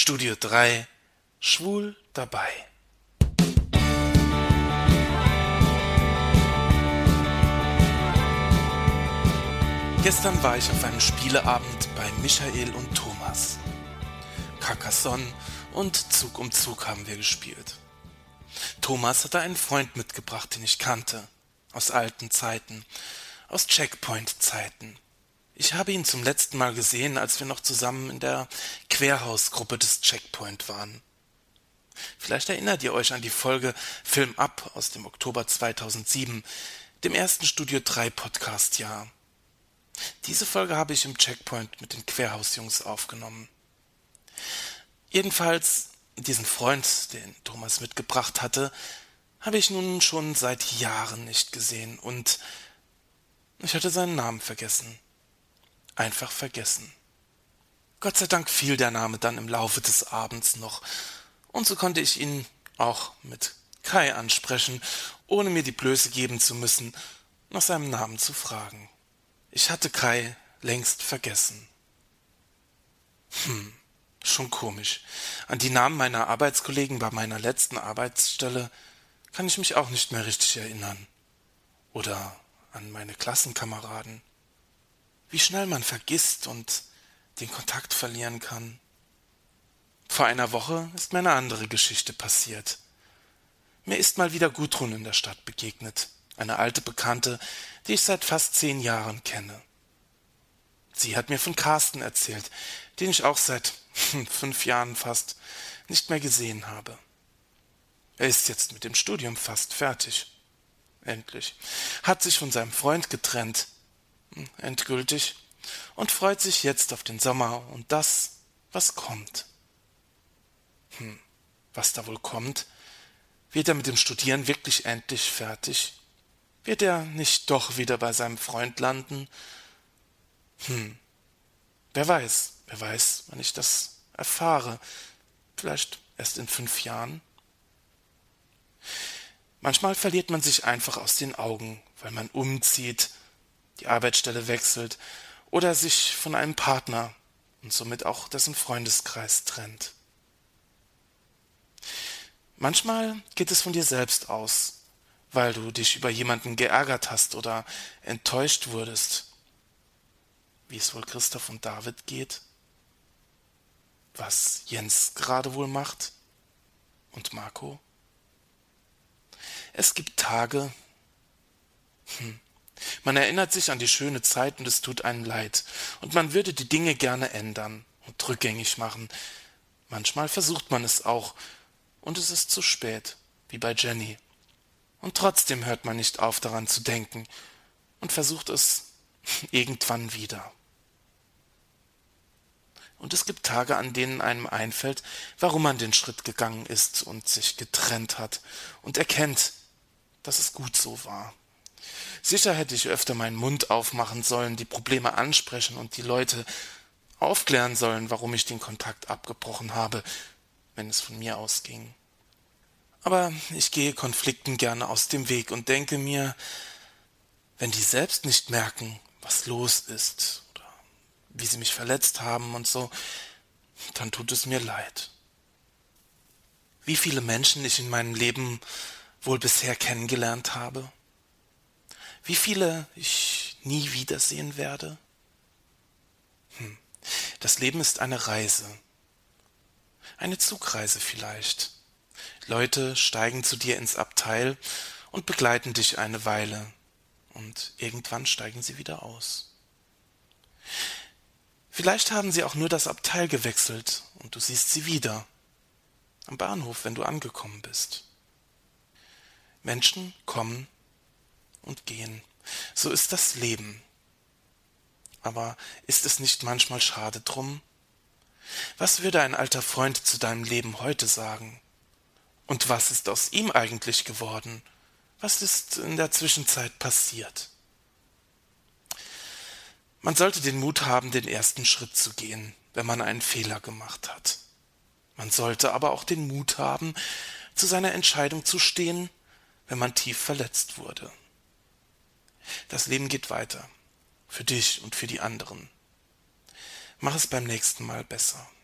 Studio 3 Schwul dabei. Gestern war ich auf einem Spieleabend bei Michael und Thomas. Carcassonne und Zug um Zug haben wir gespielt. Thomas hatte einen Freund mitgebracht, den ich kannte. Aus alten Zeiten. Aus Checkpoint-Zeiten. Ich habe ihn zum letzten Mal gesehen, als wir noch zusammen in der Querhaus-Gruppe des Checkpoint waren. Vielleicht erinnert ihr euch an die Folge Film ab aus dem Oktober 2007, dem ersten Studio 3 Podcast-Jahr. Diese Folge habe ich im Checkpoint mit den Querhaus-Jungs aufgenommen. Jedenfalls, diesen Freund, den Thomas mitgebracht hatte, habe ich nun schon seit Jahren nicht gesehen und ich hatte seinen Namen vergessen. Einfach vergessen. Gott sei Dank fiel der Name dann im Laufe des Abends noch, und so konnte ich ihn auch mit Kai ansprechen, ohne mir die Blöße geben zu müssen, nach seinem Namen zu fragen. Ich hatte Kai längst vergessen. Schon komisch. An die Namen meiner Arbeitskollegen bei meiner letzten Arbeitsstelle kann ich mich auch nicht mehr richtig erinnern. Oder an meine Klassenkameraden. Wie schnell man vergisst und den Kontakt verlieren kann. Vor einer Woche ist mir eine andere Geschichte passiert. Mir ist mal wieder Gudrun in der Stadt begegnet, eine alte Bekannte, die ich seit fast 10 Jahren kenne. Sie hat mir von Carsten erzählt, den ich auch seit 5 Jahren fast nicht mehr gesehen habe. Er ist jetzt mit dem Studium fast fertig. Endlich. Hat sich von seinem Freund getrennt. Endgültig. Und freut sich jetzt auf den Sommer und das, was kommt. Was da wohl kommt? Wird er mit dem Studieren wirklich endlich fertig? Wird er nicht doch wieder bei seinem Freund landen? Wer weiß, wann ich das erfahre. Vielleicht erst in 5 Jahren. Manchmal verliert man sich einfach aus den Augen, weil man umzieht, die Arbeitsstelle wechselt oder sich von einem Partner und somit auch dessen Freundeskreis trennt. Manchmal geht es von dir selbst aus, weil du dich über jemanden geärgert hast oder enttäuscht wurdest. Wie es wohl Christoph und David geht? Was Jens gerade wohl macht? Und Marco? Es gibt Tage, man erinnert sich an die schöne Zeit und es tut einem leid. Und man würde die Dinge gerne ändern und rückgängig machen. Manchmal versucht man es auch. Und es ist zu spät, wie bei Jenny. Und trotzdem hört man nicht auf, daran zu denken und versucht es irgendwann wieder. Und es gibt Tage, an denen einem einfällt, warum man den Schritt gegangen ist und sich getrennt hat und erkennt, dass es gut so war. Sicher hätte ich öfter meinen Mund aufmachen sollen, die Probleme ansprechen und die Leute aufklären sollen, warum ich den Kontakt abgebrochen habe, wenn es von mir ausging. Aber ich gehe Konflikten gerne aus dem Weg und denke mir, wenn die selbst nicht merken, was los ist oder wie sie mich verletzt haben und so, dann tut es mir leid. Wie viele Menschen ich in meinem Leben wohl bisher kennengelernt habe? Wie viele ich nie wiedersehen werde? Das Leben ist eine Reise. Eine Zugreise vielleicht. Leute steigen zu dir ins Abteil und begleiten dich eine Weile. Und irgendwann steigen sie wieder aus. Vielleicht haben sie auch nur das Abteil gewechselt und du siehst sie wieder. Am Bahnhof, wenn du angekommen bist. Menschen kommen und gehen. So ist das Leben. Aber ist es nicht manchmal schade drum? Was würde ein alter Freund zu deinem Leben heute sagen? Und was ist aus ihm eigentlich geworden? Was ist in der Zwischenzeit passiert? Man sollte den Mut haben, den ersten Schritt zu gehen, wenn man einen Fehler gemacht hat. Man sollte aber auch den Mut haben, zu seiner Entscheidung zu stehen, wenn man tief verletzt wurde. Das Leben geht weiter. Für dich und für die anderen. Mach es beim nächsten Mal besser.